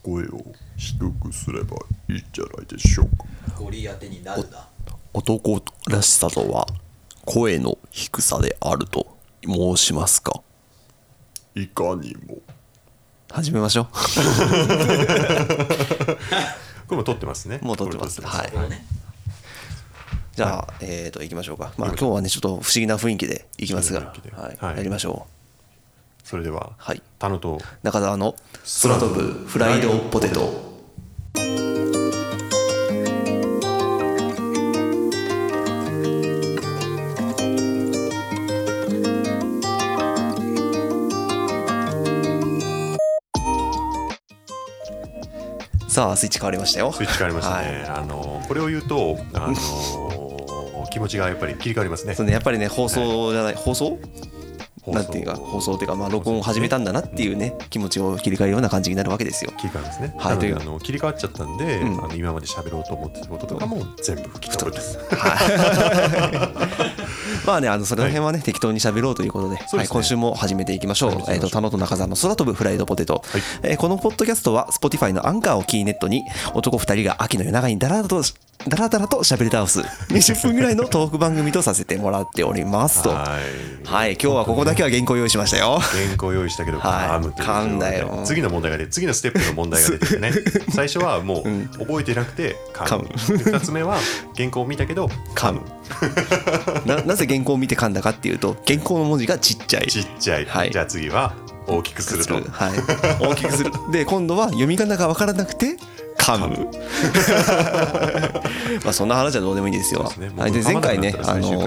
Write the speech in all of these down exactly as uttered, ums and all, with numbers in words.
声を低くすればいいんじゃないでしょうか。 ゴリ当てになるな。 男らしさとは声の低さであると申しますか。 いかにも。 始めましょう。 これも撮ってますね。 もう撮ってます。はい。 ね、 じゃあ、えーと、いきましょうか。まあ、今日はね、ちょっと不思議な雰囲気でいきますが、はい、はい、やりましょう。それでは、 はい、 田野と中澤の空飛ぶフライドポテト。さあスイッチ変わりましたよ。 スイッチ変わりましたね。はい、あのこれを言うとあの気持ちがやっぱり切り替わりますね。 そうね、やっぱりね、放送じゃない、はい、放送なんていうか、放送っていうか、まあ録音を始めたんだなっていうね、気持ちを切り替えるような感じになるわけですよ。 切り替わりますね。 はい、というあの切り替わっちゃったんで、うん、あの今まで喋ろうと思ってたこととかも全部吹き飛ぶです。 まあね、あのその辺はね、はい、適当に喋ろうということで、ね、はい、今週も始めていきましょう。えっと、田野と中澤の空飛ぶフライドポテト。はい、えー、このポッドキャストは Spotify のアンカーをキーネットに男ふたりが秋の夜長にダラダラとダラダラと喋り倒すにじゅっぷんぐらいのトーク番組とさせてもらっておりますと。はい、はい、今日はここだけは原稿用意しましたよ。 原稿用意したけど噛むという、 噛んだよ。 次の問題が出て、次のステップの問題が出てきてね。最初はもう覚えてなくて噛む。ふたつめは原稿を見たけど噛む。 な, なぜ原稿を見て噛んだかっていうと、原稿の文字がちっちゃい。 ちっちゃい。はい、じゃあ次は大きくすると。はい、 大きくする。で今度は読み仮名が分からなくて噛む。まあそんな話はどうでもいいんですよ。で、ね、はい、で前回ね、あの前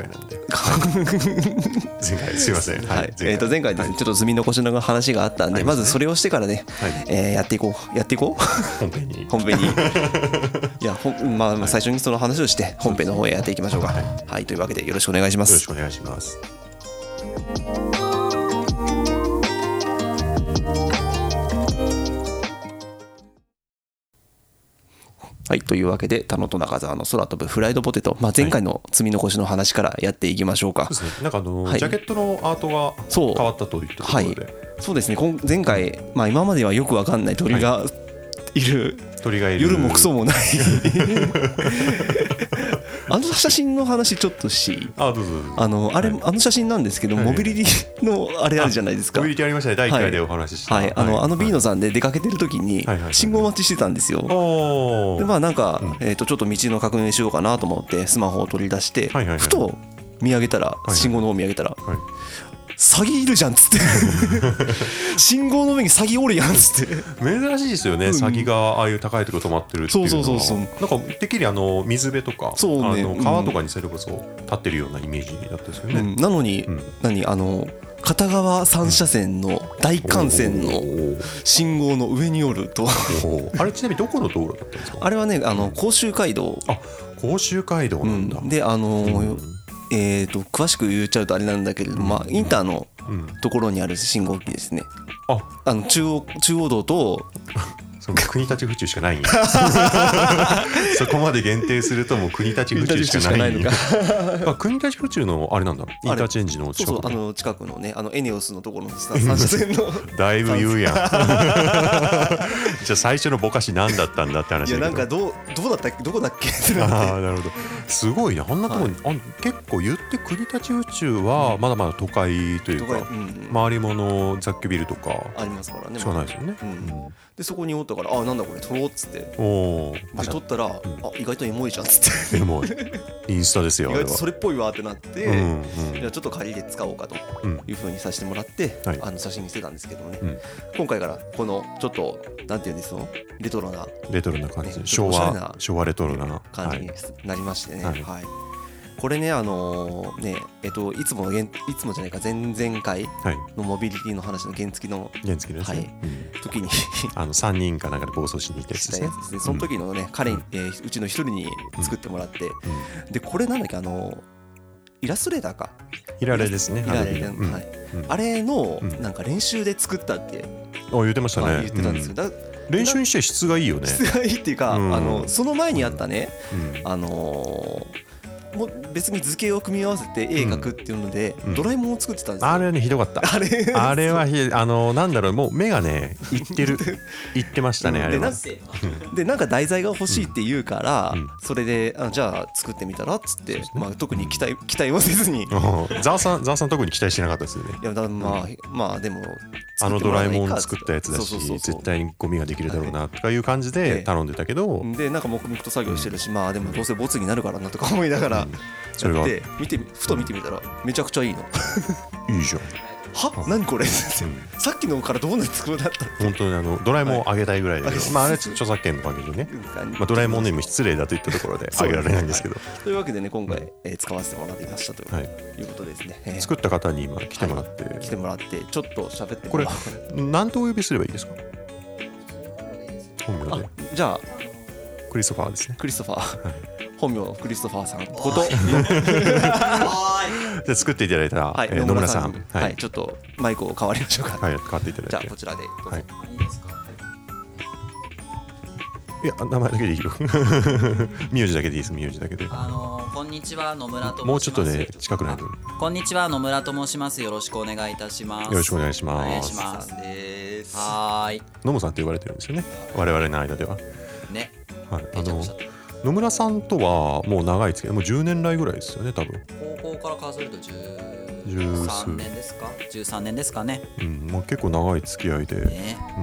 回すいません。 はい。えっと前回ですね、ちょっと積み残しの話があったんで、まずそれをしてからね、えやっていこうやっていこう。 本編に。 本編に。いや、ほんまあ最初にその話をして本編の方へやっていきましょうか。はい。というわけでよろしくお願いします。 よろしくお願いします。 はい、というわけで田野と中澤の空飛ぶフライドポテト、まあ、前回の積み残しの話からやっていきましょうか。 そうですね、なんかあの、はい、ジャケットのアートが変わったといったところで、はい、 そうですね、前回、まあ、今まではよくわかんない鳥がいる、はい、 鳥がいる、 夜もクソもないあの写真の話ちょっとし、 あ、どうぞどうぞ。 あのあれ、はい、あの写真なんですけど、はい、モビリティのあれあるじゃないですか。 モビリティありましたね、だいいっかいでお話しした、 はいはい、あの、はい、あのビーノさんで出かけてる時に信号待ちしてたんですよ。でまあなんか、うん、えー、とちょっと道の確認しようかなと思ってスマホを取り出して、はいはいはい、ふと見上げたら、はいはい、信号の方見上げたら、はい、詐欺いるじゃんっつって信号の上に詐欺おるやんっつって珍しいですよね、うん、詐欺がああいう高いところ止まってるっていうのは。そうそうそうそう、なんかてっきりあの水辺とか、そう、ね、あの川とかにそれこそ立ってるようなイメージだったですよね、うん、 なのに、うん、何あの片側さん車線の大幹線の信号の上におるとあれちなみにどこの道路だったんですか。 あれはね、あの甲州街道。 あ、甲州街道なんだ、 うん、であのーうん、えー、と詳しく言っちゃうとあれなんだけれども、まあ、インターのところにある信号機ですね。ああの中央、中央道とその国立府中しかないんやそこまで限定するともう国立府中しかないんやあ、国立府中のあれなんだ、インターチェンジの近く。 そうそう、あの近くのね、あのエネオスのところのさん車線のだいぶ言うやんじゃあ最初のぼかし何だったんだって話だけど。 いや、なんかどう、どうだったっけ、どこだっけってなって。 ああ、なるほど。すごいな、あんなところに、はい、あ結構言って国立府中はまだまだ都会というか、うんうん、周りもの雑居ビルとかありますからね。 しかないですよね、 うんうん、でそこにおったから、あ、なんだこれ撮ろうっつって、おで撮ったら、うん、あ、意外とエモいじゃんっつって。エモいインスタですよ。 意外とそれっぽいわってなって、うんうん、じゃあちょっと仮で使おうかというふうにさせてもらって、うん、あの写真にしてたんですけどね、うん、今回からこのちょっとなんていうんですか、レトロなレトロな感じ、ね、昭和昭和レトロな感じになりましてね、はいはい、これね、あのー、ねえっといつものいつもじゃないか前々回のモビリティの話の原付の原付ですね、はい、 うん、時にあのさんにんかなんかで暴走しに行ったやつですね。 その時のね、彼に、えー、うちの一人に作ってもらって、うん、でこれなんだっけ、あのイラストレーターか、 イラレですね、 イラレ、うん、はい、うん、あれのなんか練習で作ったってあ言ってましたね、 まあ、言ってたんですよ、うん、だ練習にして質がいいよね。 質がいいっていうか、うん、あのその前にあったね、うん、あのーも別に図形を組み合わせて絵描くっていうので、うん、ドラえもんを作ってたんですよ。 あれはねひどかった。あれあれはひあのなんだろうもう目がねいってるいってましたねあれは。 でなんか題材が欲しいって言うから、うん、それであじゃあ作ってみたらっつって、まあ、特に期待期待をせずにザワさんザワさん特に期待してなかったですよね。 いやだまあまあでもあのドラえもん作ったやつだしそうそうそうそう絶対にゴミができるだろうなとかいう感じで頼んでたけど、 でなんか黙々と作業してるし、うん、まあでもどうせボツになるからなとか思いながら、うん、それが見てふと見てみたらめちゃくちゃいいのいいじゃんは何これ、うん、さっきのからどうなって作るんだった本当にあのドラえもんをあげたいぐらいで、はい、まああれ著作権の関係でね、まあ、ドラえもんネーム失礼だといったところであげられないんですけどというわけでね今回、えー、使わせてもらっていましたということですね、 はい、作った方に今来てもらって、はい、 来てもらってちょっと喋ってこれ何とお呼びすればいいですか本名で。 じゃあクリストファーですね。 クリストファー、はい、本名クリストファーさんことじゃ作っていただいた、はいえー、野村さん、 はいはい、ちょっとマイクを変わりましょうか。 はい、変わっていただいて。 じゃあこちらでどうぞ、はい、いいですか。 いや名前だけでいいよ名字だけでいいです。名字だけで。 あのー、こんにちは野村と申します。 もうちょっとね近くないと。 こんにちは野村と申します。よろしくお願いいたします。 よろしくお願いします。 お願いします。はーい。 野村さんって呼ばれてるんですよね。我々の間では。 ね。 はい。あの野村さんとはもう長いですけどもうじゅうねん来ぐらいですよね多分。 高校から数えるとじゅうさんねんですか。じゅうさんねんですかね。 うん、まあ結構長い付き合いで。ね、うん。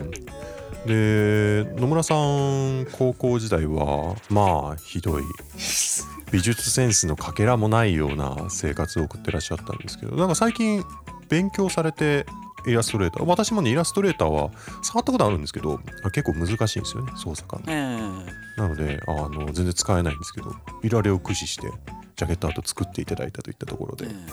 で野村さん高校時代はまあひどい美術センスのかけらもないような生活を送ってらっしゃったんですけど、なんか最近勉強されてイラストレーター、私もねイラストレーターは触ったことあるんですけど結構難しいんですよね操作が、えー、なのであの全然使えないんですけどいられを駆使してジャケットアート作っていただいたといったところで、えー、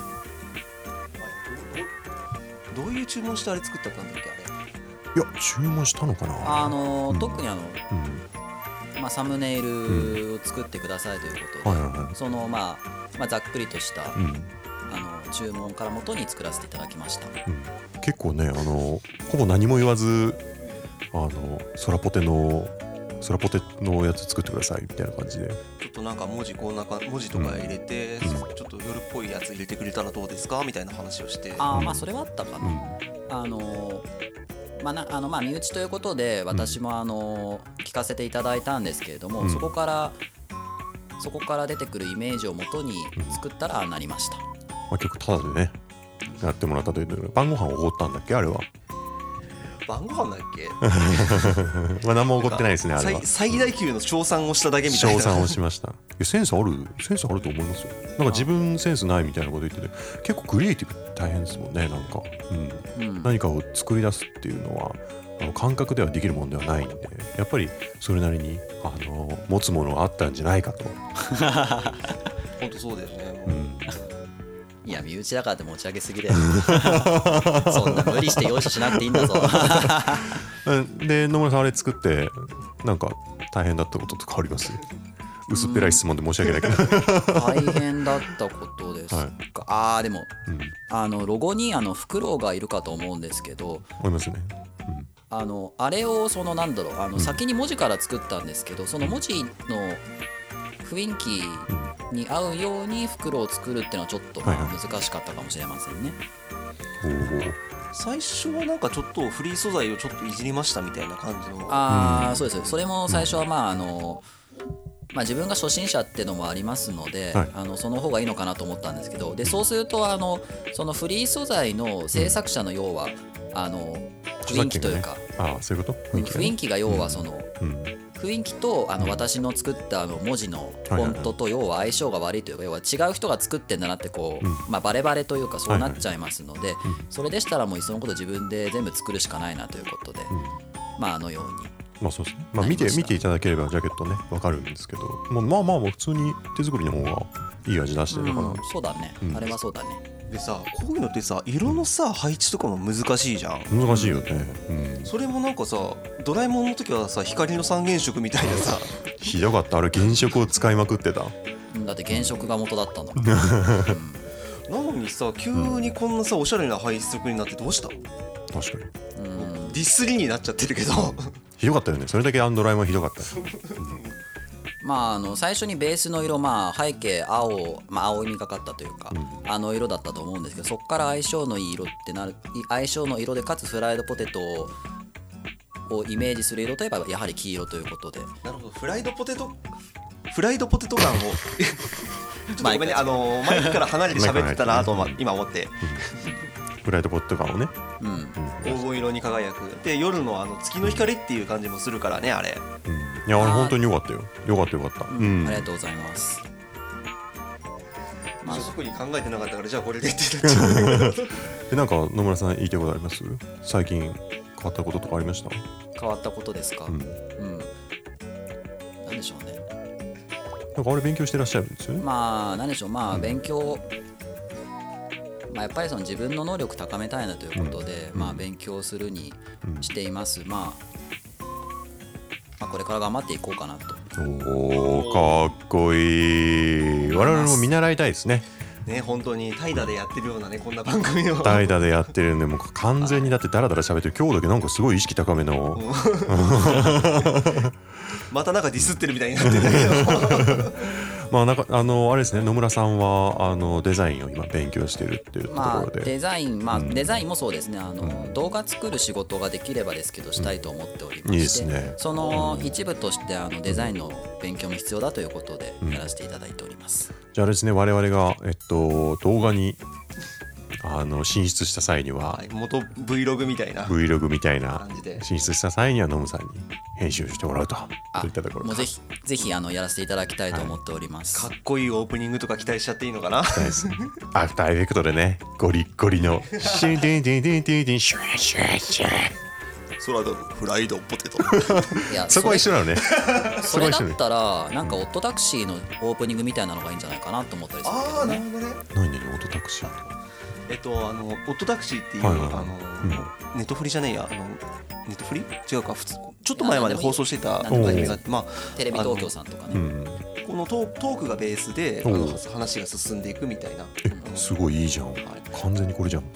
どういう注文してあれ作ったんだっけあれ。 いや注文したのかな。 あの、うん、特にあの、うんまあ、サムネイルを作ってくださいということで、うんはいはいはい、その、まあ、まあざっくりとした、うんあの注文から元に作らせていただきました、うん、 結構ねあのほぼ何も言わずあのソラポテのソラポテのやつ作ってくださいみたいな感じでちょっとなんか文字こうなんか文字とか入れて、うん、ちょっと夜っぽいやつ入れてくれたらどうですかみたいな話をしてあ、うん、まあそれはあったかな、うん、あのまあなあのまあ身内ということで私もあの聞かせていただいたんですけれども、うん、そこからそこから出てくるイメージを元に作ったらなりました、うんまあ、結構タダでねやってもらったという晩ご飯をおごったんだっけあれは。 晩ご飯だっけまあ何もおごってないですねあれは。 最大級の称賛をしただけみたいな。 称賛をしました。いやセンスあるセンスあると思いますよ。なんか自分センスないみたいなこと言ってて結構クリエイティブ大変ですもんねなんか、うんうん、何かを作り出すっていうのはあの感覚ではできるものではないんでやっぱりそれなりにあの持つものがあったんじゃないかと本当そうだよね、 うんいや身内だからって持ち上げすぎだよそんな無理して用意しなくていいんだぞで野村さんあれ作ってなんか大変だったこととかあります？薄っぺらい質問で申し訳ないけど大変だったことですか、はい、あーでも、うん、あのロゴにあのフクロウがいるかと思うんですけど思いますね、うん、 あのあれをそのなんだろうあの先に文字から作ったんですけど、うん、その文字の雰囲気に合うように袋を作るっていうのはちょっと難しかったかもしれませんね、 はいはい、最初はなんかちょっとフリー素材をちょっといじりましたみたいな感じのああ、うん、そうですそれも最初はまああのまあ、自分が初心者っていうのもありますので、はい、あのその方がいいのかなと思ったんですけどでそうするとあのそのフリー素材の制作者の要は、うん、あの雰囲気というか、 ね、あそういうこと雰囲気、ね、雰囲気が要はその、うん、雰囲気とあの私の作ったあの文字のフォントと要は相性が悪いというか要は違う人が作ってんだなってこう、うんまあ、バレバレというかそうなっちゃいますので、はいはい、それでしたらもういっそのこと自分で全部作るしかないなということで、うん、まああのようにまあそうですね。まあ見て見ていただければジャケットね分かるんですけど、まあまあまあもう普通に手作りの方がいい味出してるのかな。 うん、そうだね、うん。あれはそうだね。 でさ、こういうのってさ、色のさ配置とかも難しいじゃん。 難しいよね。うん、 それもなんかさ、ドラえもんの時はさ光の三原色みたいなさ。 ひどかった。あれ原色を使いまくってた。 だって原色が元だったんだもん。うん、なのにさ急にこんなさおしゃれな配色になってどうした？確かに。うん。ディスりになっちゃってるけど。 ひどかったよね。それだけアンドライもひどかった、うん、 まあ、あの最初にベースの色、まあ、背景青、まあ、青みがかったというか、うん、あの色だったと思うんですけど、そこから相性のいい色ってなる、相性の色でかつフライドポテトをイメージする色といえばやはり黄色ということで。 なるほど。フライドポテトフライドポテト感をちょっとごめんね、あのマイクから離れて喋ってたなと今思って、 フライドポテト感をね、 うん、 黄金色に輝くで夜のあの月の光っていう感じもするからね、あれ、 うん、いや本当によかったよ、よかったよかった、 うんうん、ありがとうございます。 まあ、特に考えてなかったからじゃあこれでってなっちゃうえ、なんか野村さん言いたいことあります？最近変わったこととかありました？ 変わったことですか？うん、うん、なんでしょうね。 なんかあれ勉強してらっしゃるんですよね。 まあなんでしょう、まあ勉強、まあ、やっぱりその自分の能力高めたいなということで、うん、まあ勉強するにしています、うん、まあ、まあこれから頑張っていこうかなと。 おー、かっこいい。我々も見習いたいですね。 ね、本当に怠惰でやってるようなね、こんな番組を怠惰でやってるんで、もう完全にだってダラダラ喋ってる。今日だけなんかすごい意識高めのまたなんかディスってるみたいになってるんだけどまあなんかあのあれですね、野村さんはあのデザインを今勉強してるっていうところで、 まあ、デザイン、まあ、うん、デザインもそうですね、あの、うん、動画作る仕事ができればですけどしたいと思っておりまして、うん、いいですね、その一部としてあのデザインの勉強も必要だということでやらせていただいております、うん、 じゃああれですね、我々が、えっと、動画にあの進出した際には、はい、 元 Vlog みたいな Vlog みたいな進出した際にはノムさんに編集してもらうとといったところ、 もうぜひぜひあのやらせていただきたいと思っております、 はい、かっこいいオープニングとか期待しちゃっていいのかな。 アフターエフェクトでね、ゴリッゴリのシュンデンデンデンデンデンシューシューシュー空飛ぶフライドポテトいやそこは一緒なのね。 それだったらなんかオットタクシーのオープニングみたいなのがいいんじゃないかなと思ったりするけどね。 あー、なるほどね。 何々オットタクシーえっとあのオットタクシーっていう、はいはいはい、あの、うん、ネットフリじゃねえや、あのネットフリ違うか、普通ちょっと前まで放送してたアニメが、まあ、 テレビ東京さんとかね、うん、 このトークがベースであの話が進んでいくみたいな。 え、すごいいいじゃん、はい、完全にこれじゃん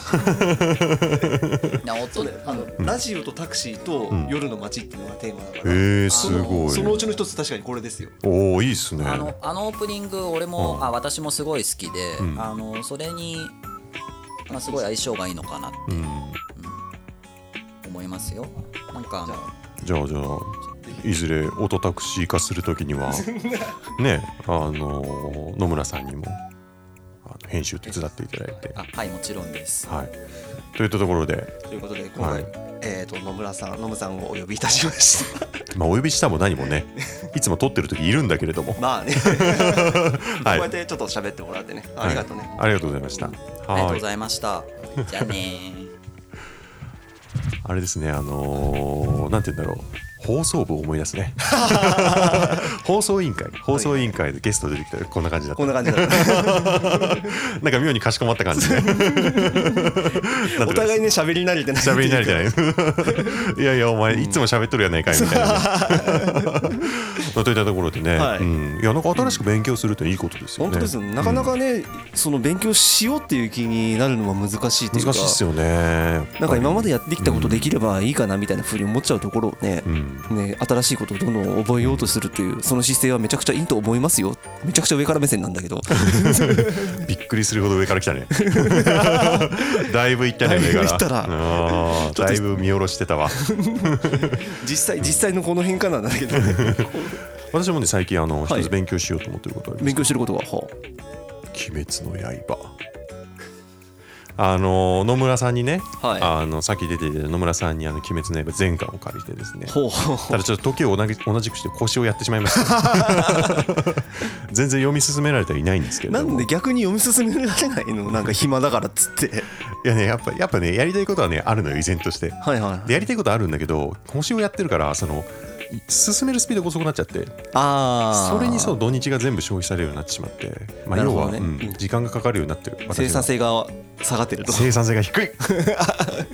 あの、うん、ラジオとタクシーと夜の街っていうのがテーマだから、 うん、えー、すごい。 そのうちの一つ確かにこれですよ。 おお、いいっすね。 あの、あのオープニング俺も、うん、あ私もすごい好きで、うん、あのそれにまあ、すごい相性がいいのかなって、うんうん、思いますよ。なんかあのじゃあじゃあいずれオートタクシー化するときにはね、あの野村さんにもあの編集手伝っていただいて。 あ、はい、もちろんです、 はい、といったところでということで今回、はい、えー、と野村さん野村さんをお呼びいたしましたまあお呼びしたも何もね、いつも撮ってる時いるんだけれどもまあねはい、こうやってちょっと喋ってもらってね、ありがとうね、 はい、ありがとうございました、うん、 ありがとうございました。じゃあねあれですね、あのー、なんて言うんだろう、放送部を思い出すね放送委員会放送委員会でゲスト出てきたらこんな感じだった。 こんな感じだったなんか妙にかしこまった感じねお互いね喋り慣れてない喋り慣れてないいやいやお前いつも喋っとるやないかいみたいなといったところでね、はい、うん、いやなんか新しく勉強するっていいことですよね。 本当ですね。なかなかね、うん、その勉強しようっていう気になるのは難しいというか、 難しいですよね。 なんか今までやってきたことできればいいかなみたいなふうに思っちゃうところをね、うんね、新しいことをどんどん覚えようとするというその姿勢はめちゃくちゃいいと思いますよ。めちゃくちゃ上から目線なんだけどびっくりするほど上から来たねだいぶいったね、上から。あだいぶ見下ろしてたわ実際実際のこの変化なんだけどね私もね最近あの一つ勉強しようと思ってることあります。 勉強してることは、はあ、 鬼滅の刃。あの野村さんにね、はい、あのさっき出ていた野村さんにあの鬼滅の刃全巻を借りてですね、ほうほうほう、ただちょっと時を同じ、同じくして腰をやってしまいました全然読み進められてはいないんですけど、 なんで逆に読み進められないの、なんか暇だからっつって。 いやね、やっぱやっぱねやりたいことはねあるのよ、依然として、 はいはい、 でやりたいことはあるんだけど腰をやってるからその進めるスピードが遅くなっちゃって、 あそれにそう土日が全部消費されるようになってしまって、まあ、要は、ね、うん、時間がかかるようになってる。 生産性が下がってると。 生産性が低い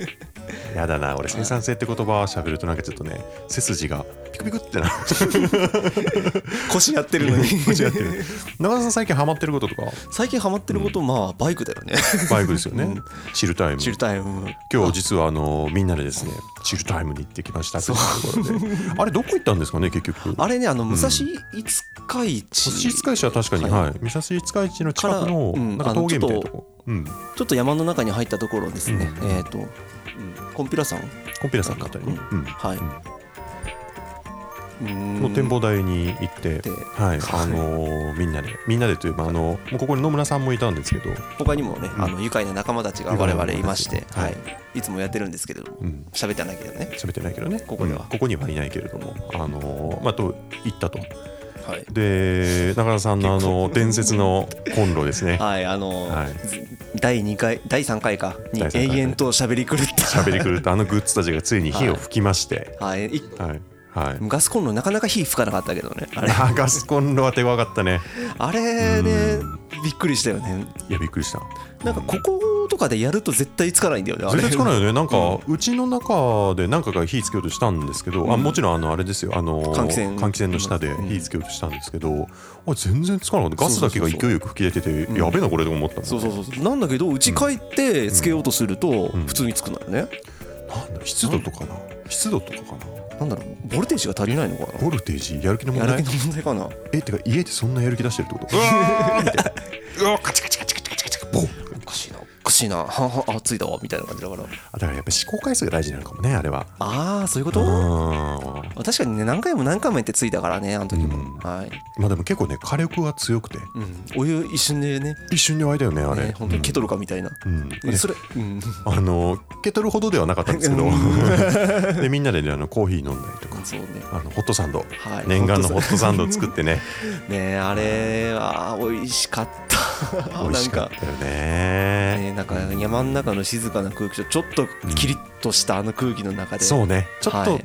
やだな俺生産性って言葉喋るとなんかちょっとね背筋がピクピクってな腰やってるのに腰やってる。中田さん最近ハマってることとか？ 最近ハマってること、うん、まあバイクだよねバイクですよね、うん、チルタイムチルタイム今日実はあのみんなでですねチルタイムに行ってきましたというところであれどこ行ったんですかね結局。 あれねあの武蔵五日市、 うん、武蔵五日市は確かに、はいはい、武蔵五日市の近くのなんか峠みたいなとこ、うん、 ちょっと山の中に入ったところですね、うん、えっ、ー、と、うん、コンピラ山コンピラ山のあたりに、うん、 はい、 うん、の展望台に行って、はいあのー、みんなでみんなでというかあのもうここに野村さんもいたんですけど他にもね、うん、あの愉快な仲間たちが我々いまして、はい、いつもやってるんですけれども喋、うん、ってないけどね喋ってないけどねここには、 うん、ここにはいないけれどもあのー、まあと行ったと。 はい、 で中田さんのあの伝説のコンロですねはいあのーはい、だいにかいだいさんかいかに永遠と喋り狂った喋り狂ったあのグッズたちがついに火を吹きましてはい、はいはいはい、 ガスコンロなかなか火吹かなかったけどねあれガスコンロは手強かったねあれねびっくりしたよね。 いやびっくりした。 なんかこことかでやると絶対つかないんだよね。 絶対つかないよね。なんかうちの中で何かが火つけようとしたんですけど、あもちろんあのあれですよあの換気扇換気扇の下で火つけようとしたんですけど、あ全然つかなかった。ガスだけが勢いよく吹き出ててやべえなこれと思った。 そうそうそう。なんだけどうち帰ってつけようとすると普通につくのよね。 なんだ湿度とかな湿度とかかな。 なんだろうボルテージが足りないのかな。 ボルテージやる気の問題。 やる気の問題かな。 えってか家でそんなやる気出してるってこと。うわーみたいな。うわカチカチカチカチカチカチボン。 おかしいなおかしいなははあついたわみたいな感じだから。 だからやっぱ試行回数が大事なのかもねあれは。 ああそういうこと。確かにね何回も何回もやってついたからねあの時も、うん、はいまあでも結構ね火力は強くて、 うん、お湯一瞬でね一瞬で沸いたよねあれ、 ね、本当にケトルかみたいな、 うんうん、それ、うん、 あのケトルほどではなかったんですけどでみんなで、ね、あのコーヒー飲んだりとかそう、ね、 あのホットサンド、 はい、 念願のホットサンドを作ってねねあれは美味しかった美味しかったよね。 ねなんか山の中の静かな空気とちょっとキリッとしたあの空気の中で、 うん、そうねちょっと、はい、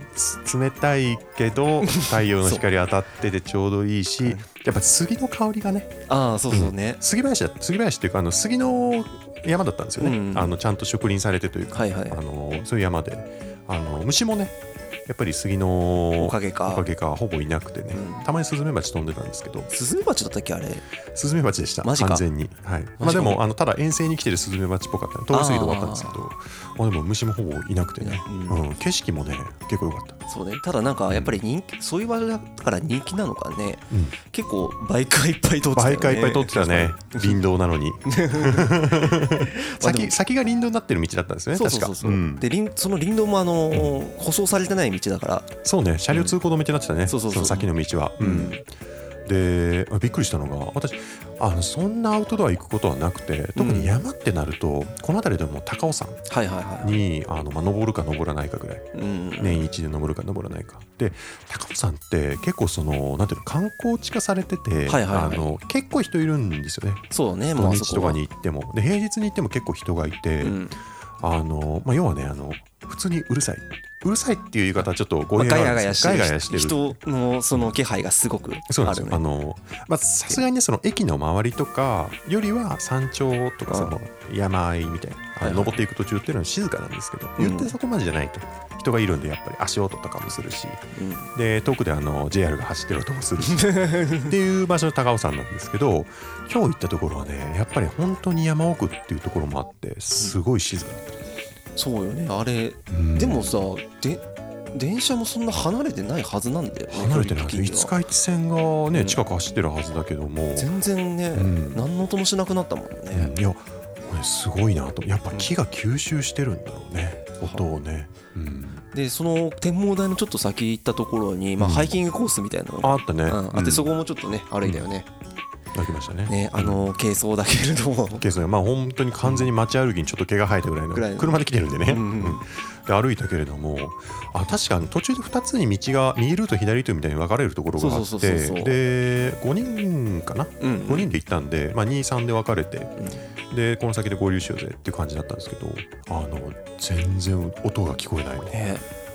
冷たいけど太陽の光当たっててちょうどいいし、はい、やっぱ杉の香りがねああそうそうね、 うん、杉林だ杉林っていうかあの杉の山だったんですよね、うん、あのちゃんと植林されてというか、 はいはい、 あのそういう山であの虫もねやっぱり杉のおかげかおかげかほぼいなくてね、うん、たまにスズメバチ飛んでたんですけどスズメバチだったっけあれスズメバチでしたマジか完全に、はいまあ、でもあのただ遠征に来てるスズメバチっぽかった通り過ぎて終わったんですけどまあ、でも虫もほぼいなくてね、うんうん、景色もね結構良かったそうねただなんかやっぱり人気、うん、そういう場所だから人気なのかね、うん、結構バイクがいっぱい通ってたよねバイクがいっぱい通ってたね林道なのに先, 先が林道になってる道だったんですよねそうそうそうそう、 確か、うん、 でその林道もあのーうん、舗装されてない道だからそうね車両通行止めってなってたね、うん、そうそうそうその先の道は、うんうんでびっくりしたのが私あのそんなアウトドア行くことはなくて特に山ってなると、うん、この辺りでも高尾山に、はいはいはいあのまあ、登るか登らないかぐらい、うん、年一で登るか登らないかで高尾山って結構そのなんていうの観光地化されてて、はいはいはい、あの結構人いるんですよねそうね土日とかに行ってもで平日に行っても結構人がいて、うんあのまあ、要はねあの普通にうるさいうるさいっていう言い方はちょっと語弊があるんですけどガヤガヤしてる人のその気配がすごくあるね。 そうなんですよあのまあさすがにねその駅の周りとかよりは山頂とかその山あいみたいな登っていく途中っていうのは静かなんですけど言ってそこまでじゃないと人がいるんでやっぱり足音とかもするしで遠くであの ジェイアール が走ってる音もするしっていう場所の高尾山なんですけど今日行ったところはねやっぱり本当に山奥っていうところもあってすごい静かだった。 そうよねあれ、うん、でもさで電車もそんな離れてないはずなんだよね離れてない五日市線がね、うん、近く走ってるはずだけども全然ね、うん、何の音もしなくなったもんね、 うん、いやこれすごいなとやっぱ木が吸収してるんだろうね、うん、音をね、うん、 でその展望台のちょっと先行ったところに、まあ、ハイキングコースみたいなのが、 うん、あったね、 うん、あってそこもちょっとね歩いたよね、 歩きましたね。 ね、あの軽装だけれども軽装まあ本当に完全に街歩きにちょっと毛が生えたぐらいの車で来てるんでね、うんうん、で歩いたけれどもあ確かに途中でふたつに道が右ルート左ルートみたいに分かれるところがあってでごにんかな、うん、ごにんで行ったんで、まあ、に、さんで分かれて、うん、でこの先で合流しようぜっていう感じだったんですけどあの全然音が聞こえないの、 ね、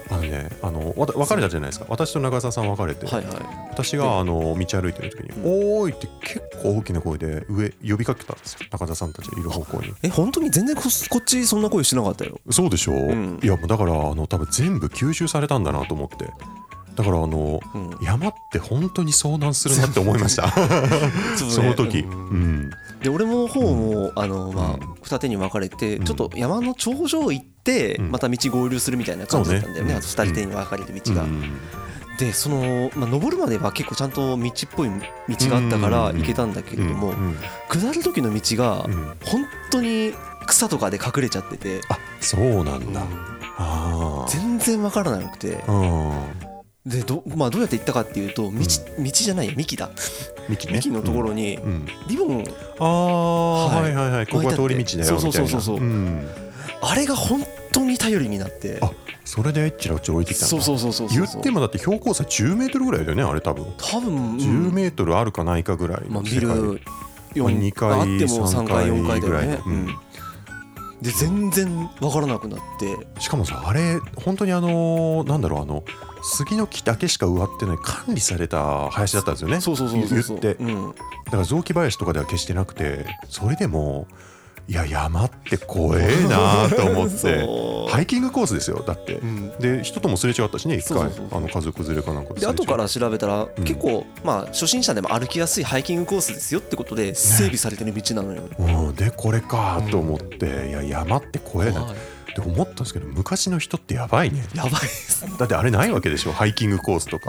あのね、あのわ別れたじゃないですか。私と中澤さん別れて、はいはい、私があの道歩いてる時に、うん、おーいって結構大きな声で上呼びかけたんですよ、中澤さんたちいる方向に。 え本当に全然 こ, こっちそんな声してなかったよ。 そうでしょう、うん、いやもうだからあの多分全部吸収されたんだなと思って、だからあの、うん、山って本当に遭難するなって思いましたそ, その時、うんうん、 で俺も方も、うん、あのまあ、二手に分かれて、うん、ちょっと山の頂上行って、うん、また道合流するみたいな感じだったんだよね、ね、あと二手に分かれる道が、うん、でその、まあ、登るまでは結構ちゃんと道っぽい道があったから行けたんだけれども、うんうん、下る時の道が本当に草とかで隠れちゃってて、 あそうなんだ、うん、 あ全然分からなくて、で ど,、まあ、どうやって行ったかっていうと 道,、うん、道じゃないよ幹だ幹ね、 幹のところにリボン、うん、 ああ、はい、はいはいはい、ここが通り道だよみたいな、そうそうそうそう、うん、 あれが本当に頼りになって、 あそれでえっちらうち置いてきたんだ。 そうそうそうそう言ってもだって標高差じゅうメートルぐらいだよねあれ多分多分、うん、 じゅうメートルあるかないかぐらいの世界、まあ、ビルにかいあってもさんかいよんかいだよね、 うん、 で全然分からなくなって、 しかもさあれ本当にあのなんだろう、あの杉の木だけしか植わってない管理された林だったんですよね。 そうそうそうそうそう言って、うん、だから雑木林とかでは決してなくて、それでもいや山って怖えなと思ってハイキングコースですよだって、うん、で人ともすれ違ったしね一回、そうそうそうそう、あの家族連れかなんかで、 で後から調べたら、うん、結構まあ初心者でも歩きやすいハイキングコースですよってことで整備されてる道なのよ、ね、 うん、でこれかと思って、うん、いや山って怖えなって思ったんですけど、昔の人ってやばいね。 やばいですだってあれないわけでしょハイキングコースとか、 うん、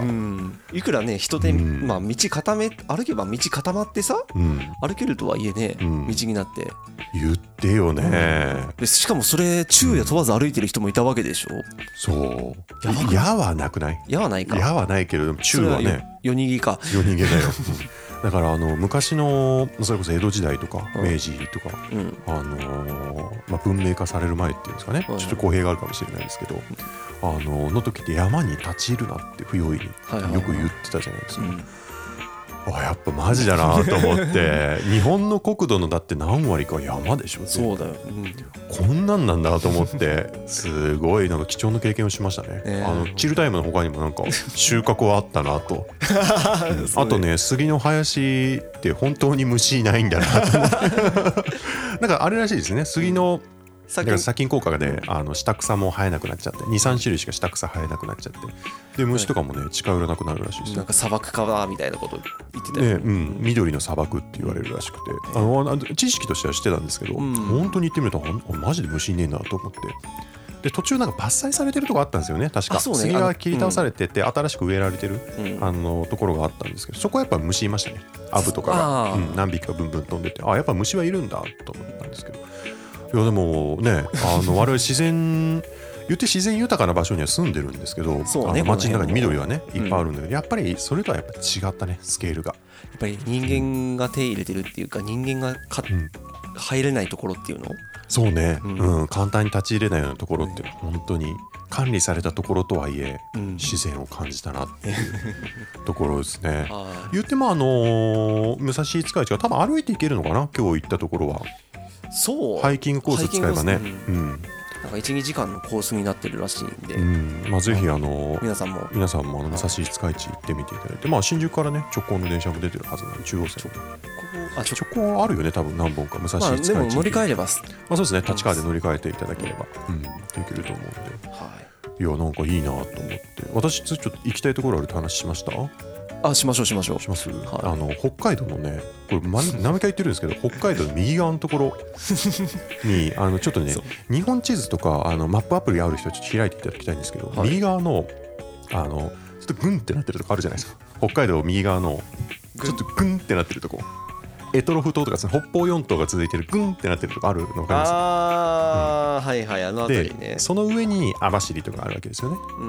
いくらね人で、うん、まあ、道固め歩けば道固まってさ、うん、歩けるとはいえね、うん、道になって言ってよね、 うん、でしかもそれ昼夜問わず歩いてる人もいたわけでしょ、うん、 そう矢はなくない？ 矢はないか、 矢はないけれども昼はね夜逃げか夜逃げだよ、うん、だからあの昔のそれこそ江戸時代とか明治とか、うん、あのーまあ、文明化される前っていうんですかね、うん、ちょっと公平があるかもしれないですけど、うん、あのの時って山に立ち入るなって不用意によく言ってたじゃないですか、はいはいはい、うん、あやっぱマジだなと思って日本の国土のだって何割か山でしょ。 そうだよ、うん、 こんなんなんだと思ってすごいなんか貴重な経験をしましたね、えー、あのチルタイムの他にもなんか収穫はあったなとあとね杉の林って本当に虫いないんだなと思ってなんかあれらしいですね、杉のだから殺菌効果であの下草も生えなくなっちゃって にさん種類しか下草生えなくなっちゃって、で虫とかもね近寄らなくなるらしいですよ。 なんか砂漠化みたいなこと言ってたよね、 うん、緑の砂漠って言われるらしくて、あの知識としては知ってたんですけど、うん、本当に言ってみるとマジで虫いねえなと思って、で途中なんか伐採されてるとこあったんですよね確か、ね、杉が切り倒されてて、うん、新しく植えられてる、うん、あのところがあったんですけど、そこはやっぱ虫いましたね。アブとかが、うん、何匹かブンブン飛んでて、あやっぱ虫はいるんだと思ったんですけど、いやでもねあの我々自然言って自然豊かな場所には住んでるんですけど、そう、ね、あの街の中に緑はねいっぱいあるんだけど、うん、やっぱりそれとはやっぱ違ったねスケールが。 やっぱり人間が手入れてるっていうか、人間がか、うん、入れないところっていうの、 そうね、うんうん、簡単に立ち入れないようなところって本当に管理されたところとはいえ、うん、自然を感じたなっていうところですね言ってもあのー、武蔵五日市が多分歩いて行けるのかな今日行ったところは。 そうハイキングコース使えばね、 うん、なんか いちにじかんのコースになってるらしいんで、うん、まあ、ぜひあの皆さんも皆さんもあの武蔵五日市行ってみていただいて、まあ、新宿からね直行の電車も出てるはずなので、中央線あ直行あるよね多分何本か武蔵五日市、 まあ、でも乗り換えれば、まあ、 そうですね立川で乗り換えていただければ、うん、できると思うんで、はい、いやなんかいいなと思って、私ちょっと行きたいところあるって話しました？ あしましょうしましょうします、はい、あの北海道のねこれ何回言ってるんですけど北海道の右側のところにあのちょっとね日本地図とかあのマップアプリある人はちょっと開いていただきたいんですけど、はい、右側のあのちょっとグンってなってるとこあるじゃないですか。北海道右側のちょっとグンってなってるとこ、択捉島とか北方四島が続いてるグンってなってるとこあるの分かります？ ああ、うん、はいはいあの辺りね。 でその上に網走とかあるわけですよね、うん、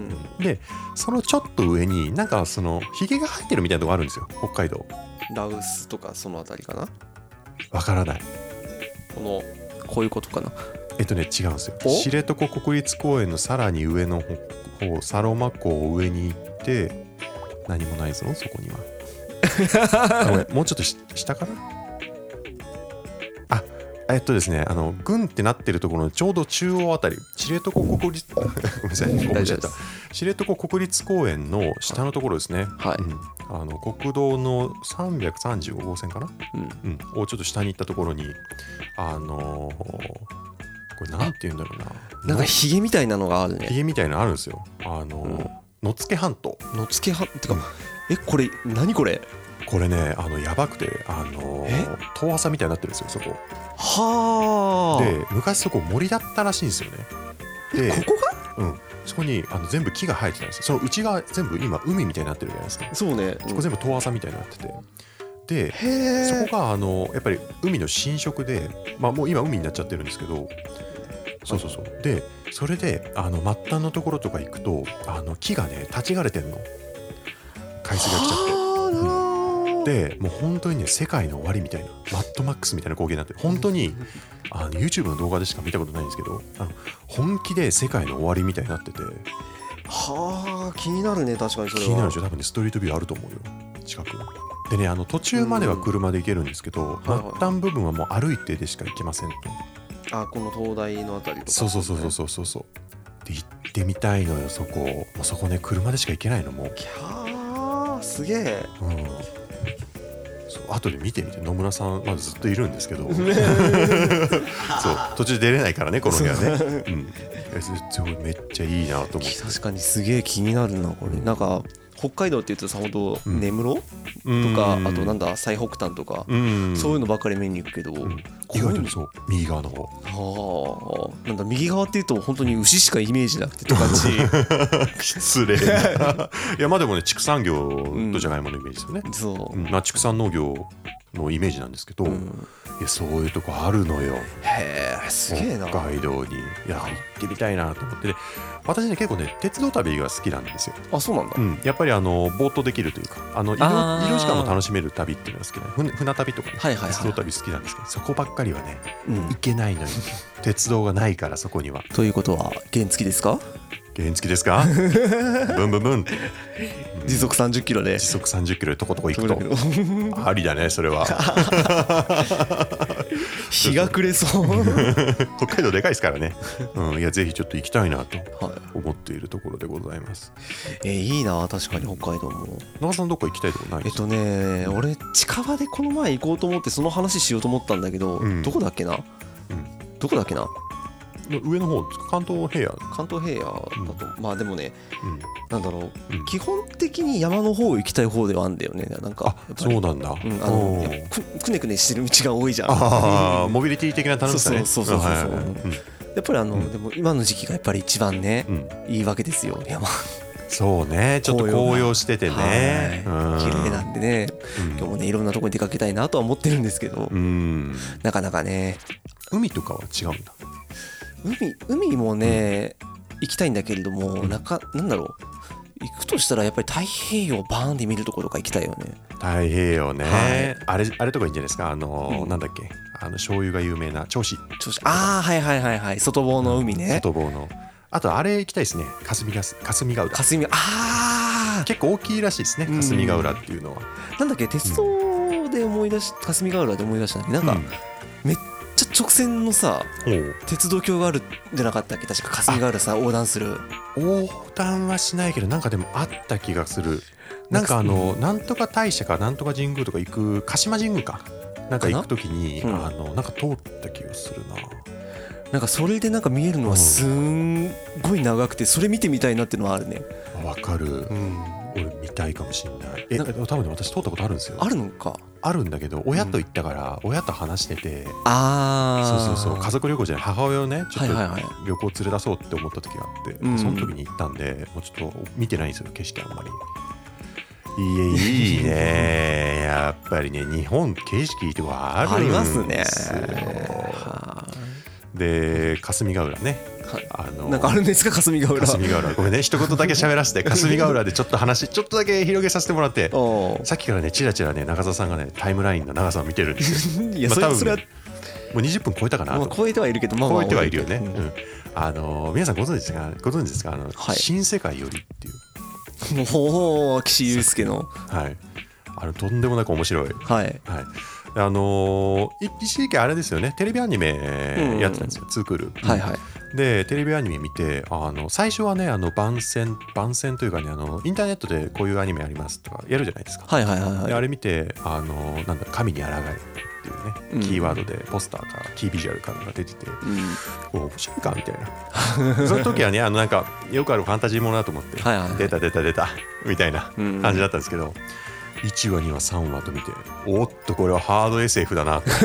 でそのちょっと上になんかそのヒゲが生えてるみたいなとこあるんですよ北海道。 羅臼とかその辺りかな。 わからない。 このこういうことかな。 えっとね違うんですよ。知床国立公園のさらに上の方サロマ湖を上に行って何もないぞそこにはもうちょっと下かなあ、 えっとですねあの郡ってなってるところのちょうど中央あたり知床国立ごめんなさいごめんなさい知床国立公園の下のところですね、 はい、 うん、あの国道のさんびゃくさんじゅうご号線かな、うんうん、をちょっと下に行ったところにあのー、これなんて言うんだろうななんかヒゲみたいなのがあるねヒゲみたいなのあるんですよあのーうん、野付半島野付半島ってか、うん、えこれ何これこれねあのやばくてあのー、遠浅みたいになってるんですよそこはあで昔そこ森だったらしいんですよねでここがうんそこにあの全部木が生えてたんですよその内側全部今海みたいになってるじゃないですかそうね、 うん、そこ全部遠浅みたいになっててでそこがあのやっぱり海の浸食で、まあ、もう今海になっちゃってるんですけどそうそうそうでそれであの末端のところとか行くとあの木がね立ち枯れてんの海水が来ちゃって、うん、でもう本当にね世界の終わりみたいなマッドマックスみたいな光景になって本当にあの YouTube の動画でしか見たことないんですけどあの本気で世界の終わりみたいになっててはあ気になるね確かにそれは気になるでしょ多分ねストリートビューあると思うよ近くでねあの途中までは車で行けるんですけど、うん、末端部分はもう歩いてでしか行けませんとあこの灯台のあたりとかそうそうそうそうそうそうで行ってみたいのよそこもうそこね車でしか行けないのもうキャーすげえうんそう後で見てみて野村さんまだずっといるんですけどそう途中出れないからねこの日はね、うん、めっちゃいいなと思って確かにすげえ気になるなこれ、うん、なんか北海道って言うとさほんと根室、うん、とかあとなんだ最北端とか、うん、そういうのばっかり見に行くけど、うん、 意外とそう右側の方はあなんだ右側って言うと本当に牛しかイメージなくてって感じ失礼ないやまあでもね畜産業とじゃがいものイメージですよね、 うん、そう、 うんまあ、畜産農業のイメージなんですけど、うん、いやそういうとこあるのよへえすげえな北海道にいや行ってみたいなと思ってで私ね結構ね鉄道旅が好きなんですよあそうなんだ、 うん、やっぱりあのボートできるというかあの移動、移動時間も楽しめる旅っていうのが好きな船、船旅とか、ねはいはいはい、鉄道旅好きなんですけどそこばっかりはね、うん、行けないのよ鉄道がないからそこにはということは原付ですか原付ですかブンブンブンって時速さんじゅっキロで時速さんじゅっキロでとことこ行くとありだねそれは日が暮れそう北海道でかいですからね、うん、いやぜひちょっと行きたいなと思っているところでございます、 はい、えー、いいな確かに北海道も長さんどっか行きたいとこないですかえっとね俺近場でこの前行こうと思ってその話しようと思ったんだけど、うん、どこだっけな、うん、どこだっけな上の方関東平野関東平野だと、うん、まあでもね、うん、なんだろう、うん、基本的に山の方行きたい方ではあるんだよねなんかあそうなんだ、 うん、あのく, くねくねしてる道が多いじゃんあモビリティ的な楽しさねそうそうそうそうそう、はいはいはいうん、やっぱりあの、うん、でも今の時期がやっぱり一番ね、うん、いいわけですよ山そうねちょっと紅葉しててね、 はい、綺麗なんでね、うん、今日もねいろんなところに出かけたいなとは思ってるんですけど、うん、なかなかね海とかは違うんだ海, 海もね、うん、行きたいんだけれども、うん、な, かなんだろう行くとしたらやっぱり太平洋バーンで見るところとか行きたいよね太平洋ね、はい、あれあれとかいいんじゃないですかあの、うん、なんだっけあの醤油が有名な銚子銚子ああはいはいはいはい外房の海ね、うん、 外房のあとあれ行きたいですね霞ヶ霞ヶ浦霞ああ結構大きいらしいですね霞ヶ浦っていうのは、 うん、なんだっけ鉄道で思い出し霞ヶ浦で思い出したんだけどなんか、うん、めっちゃ直線のさ鉄道橋があるんじゃなかったっけ確か霞ヶ浦さ横断する横断はしないけどなんかでもあった気がするなんかあの、うん、なんとか大社かなんとか神宮とか行く鹿島神宮かなんか行くときに、うん、あのなんか通った気がするななんかそれでなんか見えるのはすんごい長くてそれ見てみたいなっていうのはあるねわかる、うん、俺見たいかもしれないえ多分ね私通ったことあるんですよあるのかあるんだけど親と行ったから、うん、親と話しててああそうそうそう家族旅行じゃない母親をねちょっと旅行連れ出そうって思った時があって、はいはいはい、その時に行ったんでもうちょっと見てないんですよ景色あんまりいやいいねやっぱりね日本景色いいとこあるんですよありますねで霞ヶ浦ねあのなんかあるんですか霞ヶ浦霞ヶ浦ごめんね一言だけ喋らせて霞ヶ浦でちょっと話ちょっとだけ広げさせてもらってさっきからねチラチラね中澤さんがねタイムラインの長さを見てるんですよいや、まあ、多分それはもうにじゅっぷん超えたかなと、まあ、 超えてはいるけど、まあ、 超えてはいるよね、うんうん、あの皆さんご存知ですかご存知ですかあの、はい、新世界よりっていうほう岸優介のはいあのとんでもなく面白い、 はいはい、 あのー、一時期あれですよね、テレビアニメやってたんですよ、うん、ツークール、 はいはい、 でテレビアニメ見て、あの最初はね、あの番宣番宣というかね、あのインターネットでこういうアニメありますとかやるじゃないですか。 はいはいはいはい、であれ見て、あのなんだ神に抗えっていうね、うん、キーワードでポスターかキービジュアルかが出てて、うん、面白いかみたいなその時はね、あのなんかよくあるファンタジーものだと思って、はいはい、出た出た出たみたいな感じだったんですけど、うん、いちわにわさんわと見て、おっとこれはハード エスエフ だなと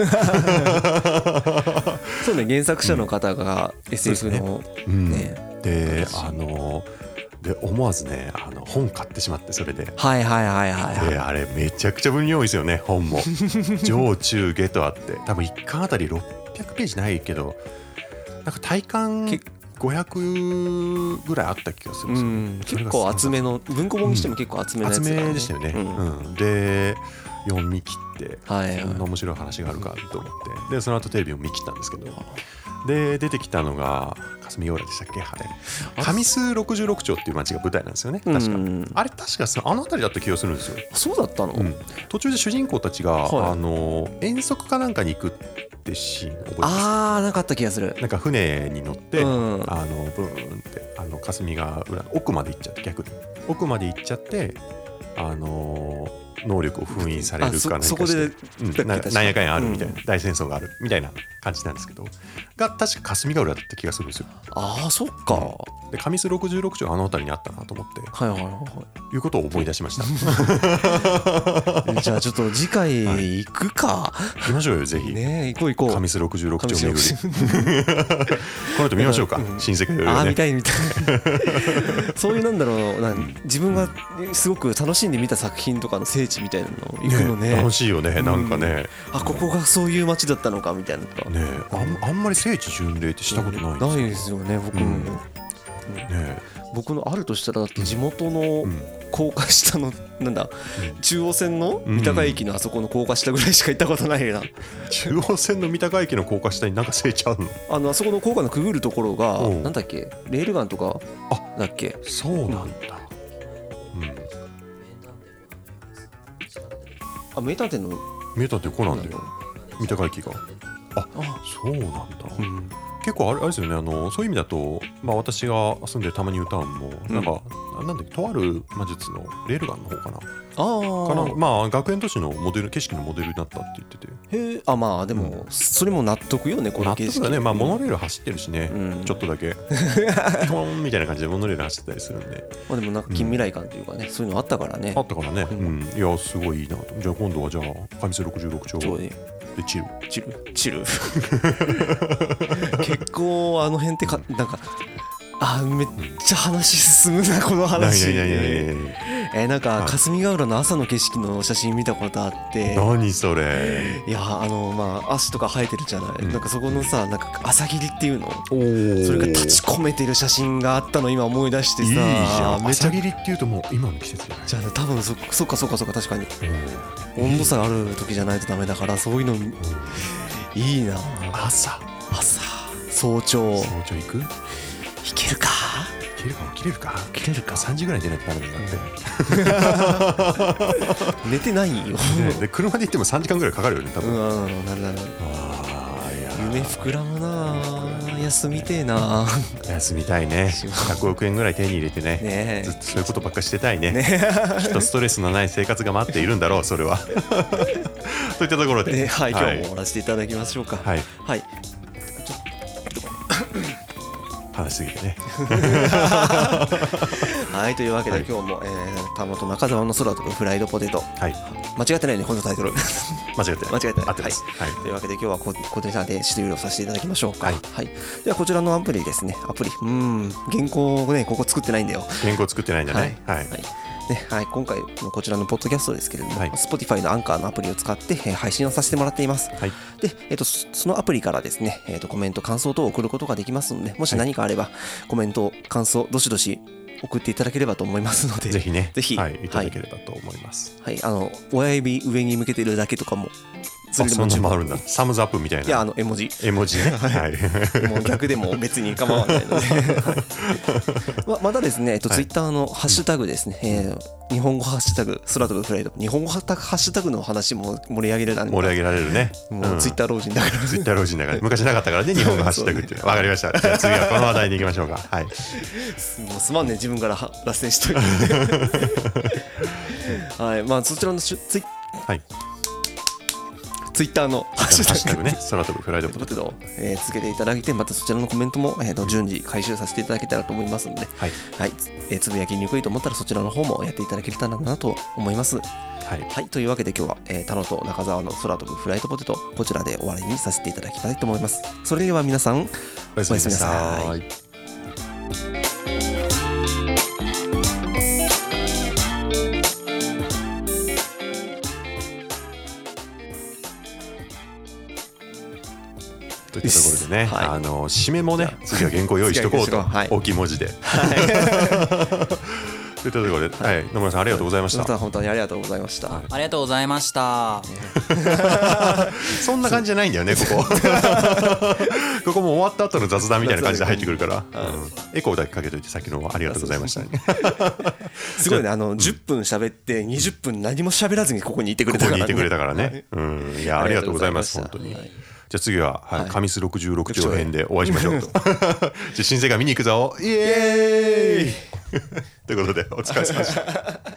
そうね、原作者の方が エスエフ の、 うん、ね、であので思わずね、あの本買ってしまって、それではいはいはいはい、はい、 であれめちゃくちゃ分量多いですよね、本も上中下とあって、多分いっかんあたりろっぴゃくページないけど、なんか体感ごひゃくぐらいあった気がするんですよ、ね、 うん、結構厚めの文庫本にしても結構厚めのやつ、ね、 厚めでしたよね、うんうん、で読み切って、はいはい、こんな面白い話があるかと思って、でその後テレビを見切ったんですけど、で出てきたのが霞ヶ浦でしたっけ、あれ上須ろくじゅうろくちょうっていう町が舞台なんですよね、確か、うん、あれ確かあの辺りだった気がするんですよ。 そうだったの、うん、 途中で主人公たちが、はい、あの遠足かなんかに行くってシーン覚えてます？ あー、なかった気がする。 なんか船に乗って、うん、あのブーンってあの霞ヶ浦の奥まで行っちゃって、逆に奥まで行っちゃって、あのー、能力を封印されるか何かして、そこで、うん、な, なんやかんやあるみたいな、うん、大戦争があるみたいな感じなんですけど、が確か霞ヶ浦だった気がするんですよ。 ああ、そっか。 で上須ろくじゅうろくちょうあの辺りにあったなと思って、 はいはいはいはい、 いうことを思い出しましたじゃあちょっと次回行くか、 はい、行きましょうよぜひ、 ね、行こう行こう、 上須ろくじゅうろくちょう巡りこの後見ましょうか、うん、親戚のようにね。 あ、見たい見たいそういうなんだろうな、自分がすごく楽しんで見た作品とかの聖地みたいなの行くの ね, ね楽しいよね、なんかね、 うん、あ、ここがそういう街だったのかみたいなとか、 ね、あ, んあんまり聖地巡礼ってしたことないんですよ、 ないですよね、僕も、うん、ね、僕のあるとしたらだって地元の高架下のなんだ、うん、中央線の三鷹駅のあそこの高架下ぐらいしか行ったことないな、うん、 中央線の三鷹駅の高架下になんか聖地あるの？ あのあそこの高架のくぐるところがなんだっけ、レールガンとかだっけ。 そうなんだ、うん、 あ、名探偵の名探偵コナンだよ、三鷹駅が。あ、そうなんだ、うん、結構あれ、あれですよね、あのそういう意味だと、まあ、私が住んでる玉に歌うもなんか、うん、なんだっけ、とある魔術のレールガンの方かな、あかな、まあ学園都市のモデル、景色のモデルになったって言ってて、 へえ、あ、まあでも、うん、それも納得よね、この景色。 納得だね、まあモノレール走ってるしね、うん、ちょっとだけトンみたいな感じでモノレール走ってたりするんで、 まあでもなんか近未来感というかね、うん、そういうのあったからね、 あったからね、うん、いやすごいいいなと。じゃあ今度はじゃあ上須ろくじゅうろくちょうでチルチルチル結構あの辺ってかなんか、あ、めっちゃ話進むなこの話。え、なんか霞ヶ浦の朝の景色の写真見たことあって、 何それ。 いや、あのまあ足とか生えてるじゃない、うん、なんかそこのさ、なんか朝霧っていうの、それが立ち込めてる写真があったの今思い出してさ。いいじゃん。朝霧っていうともう今の季節じゃない。 じゃあ多分 そ, そっかそっかそっか、確かに温度差がある時じゃないとダメだから、そういうのいいな。 朝朝早朝早朝行く？ 行けるか起きれるか起きれるか起きれるかさんじぐらいに出ないとダメだって寝てないよ、ね、 で車で行ってもさんじかんぐらいかかるよね多分。 うん、なるなる。あ、いや夢膨らむな。休みてえな。 休みたいね。ひゃくおくえんぐらい手に入れて ね, ねずっとそういうことばっかしてたい ね, ねきっとストレスのない生活が待っているんだろうそれはといったところで、 ね、はい、今日も終わらせていただきましょうか。はい、はい、 話しすぎてねはい、というわけで、はい、今日も、えー、田本中澤の空飛ぶフライドポテト、はい、間違ってないね、このタイトル間違ってない間違ってない、 合ってます、 はいはい、というわけで今日は こ, こちらで終了させていただきましょうか。はい、はい、ではこちらのアプリですね、アプリ、うーん原稿ね、ここ作ってないんだよ。 原稿作ってないんだね。はい、はいはいね、はい、今回のこちらのポッドキャストですけれども、はい、Spotify のアンカーのアプリを使って、えー、配信をさせてもらっています。はい、で、えーと、そのアプリからですね、えーと、コメント、感想等を送ることができますので、もし何かあれば、はい、コメント、感想、どしどし送っていただければと思いますので、 ぜひね、 ぜひ、 はい、いただければと思います。 はい、はい、あの親指上に向けてるだけとかもそれでもそんなもあるんだ。サムズアップみたいな。 いやあの絵文字絵文字ね。はい。 もう逆でも別に構わないのでま, まだですね、えっと、ツイッターのハッシュタグですね、うん、えー、日本語ハッシュタグ空飛ぶフライド、日本語ハッシュタグの話も盛り上げれたんで、 盛り上げられるね。 もうツイッター老人だから、 ツイッター老人だから昔なかったからね、日本語ハッシュタグって。わかりました。じゃあ次はこの話題に行きましょうか。はい。 もうすまんね、自分から脱線しといてはい、まあそちらのツイッ、 はい、 ツイッターのハッシュタグね、空飛ぶフライドポテトを、えー、つけていただいて、またそちらのコメントも、えー、と順次回収させていただけたらと思いますので、はいはい、えー、つぶやきにくいと思ったらそちらの方もやっていただけたらなと思います。はい、はい、というわけで今日は、えー、田野と中澤の空飛ぶフライドポテト、こちらで終わりにさせていただきたいと思います。それでは皆さんおやすみなさい。といったところでね、はい、あの締めもね、次は原稿用意しとこうと、はい、大きい文字で。はいといったところで、はい、野村さんありがとうございました。 本当にありがとうございました。はい、 ありがとうございました。 そんな感じじゃないんだよね、ここ。ここも終わった後の雑談みたいな感じで入ってくるから、うん、エコーだけかけといてさっきのありがとうございました、ね。 すごいね、あのじゅっぷん喋ってにじゅっぷん何も喋らずにここにいてくれたからね。 ここにいてくれたからね。うん、いやありがとうございます本当に。はい、じゃあ次は、はいはい、神栖ろくじゅうろくちょう編でお会いしましょうと。じゃあ新生が見に行くぞイエーイということでお疲れ様でした。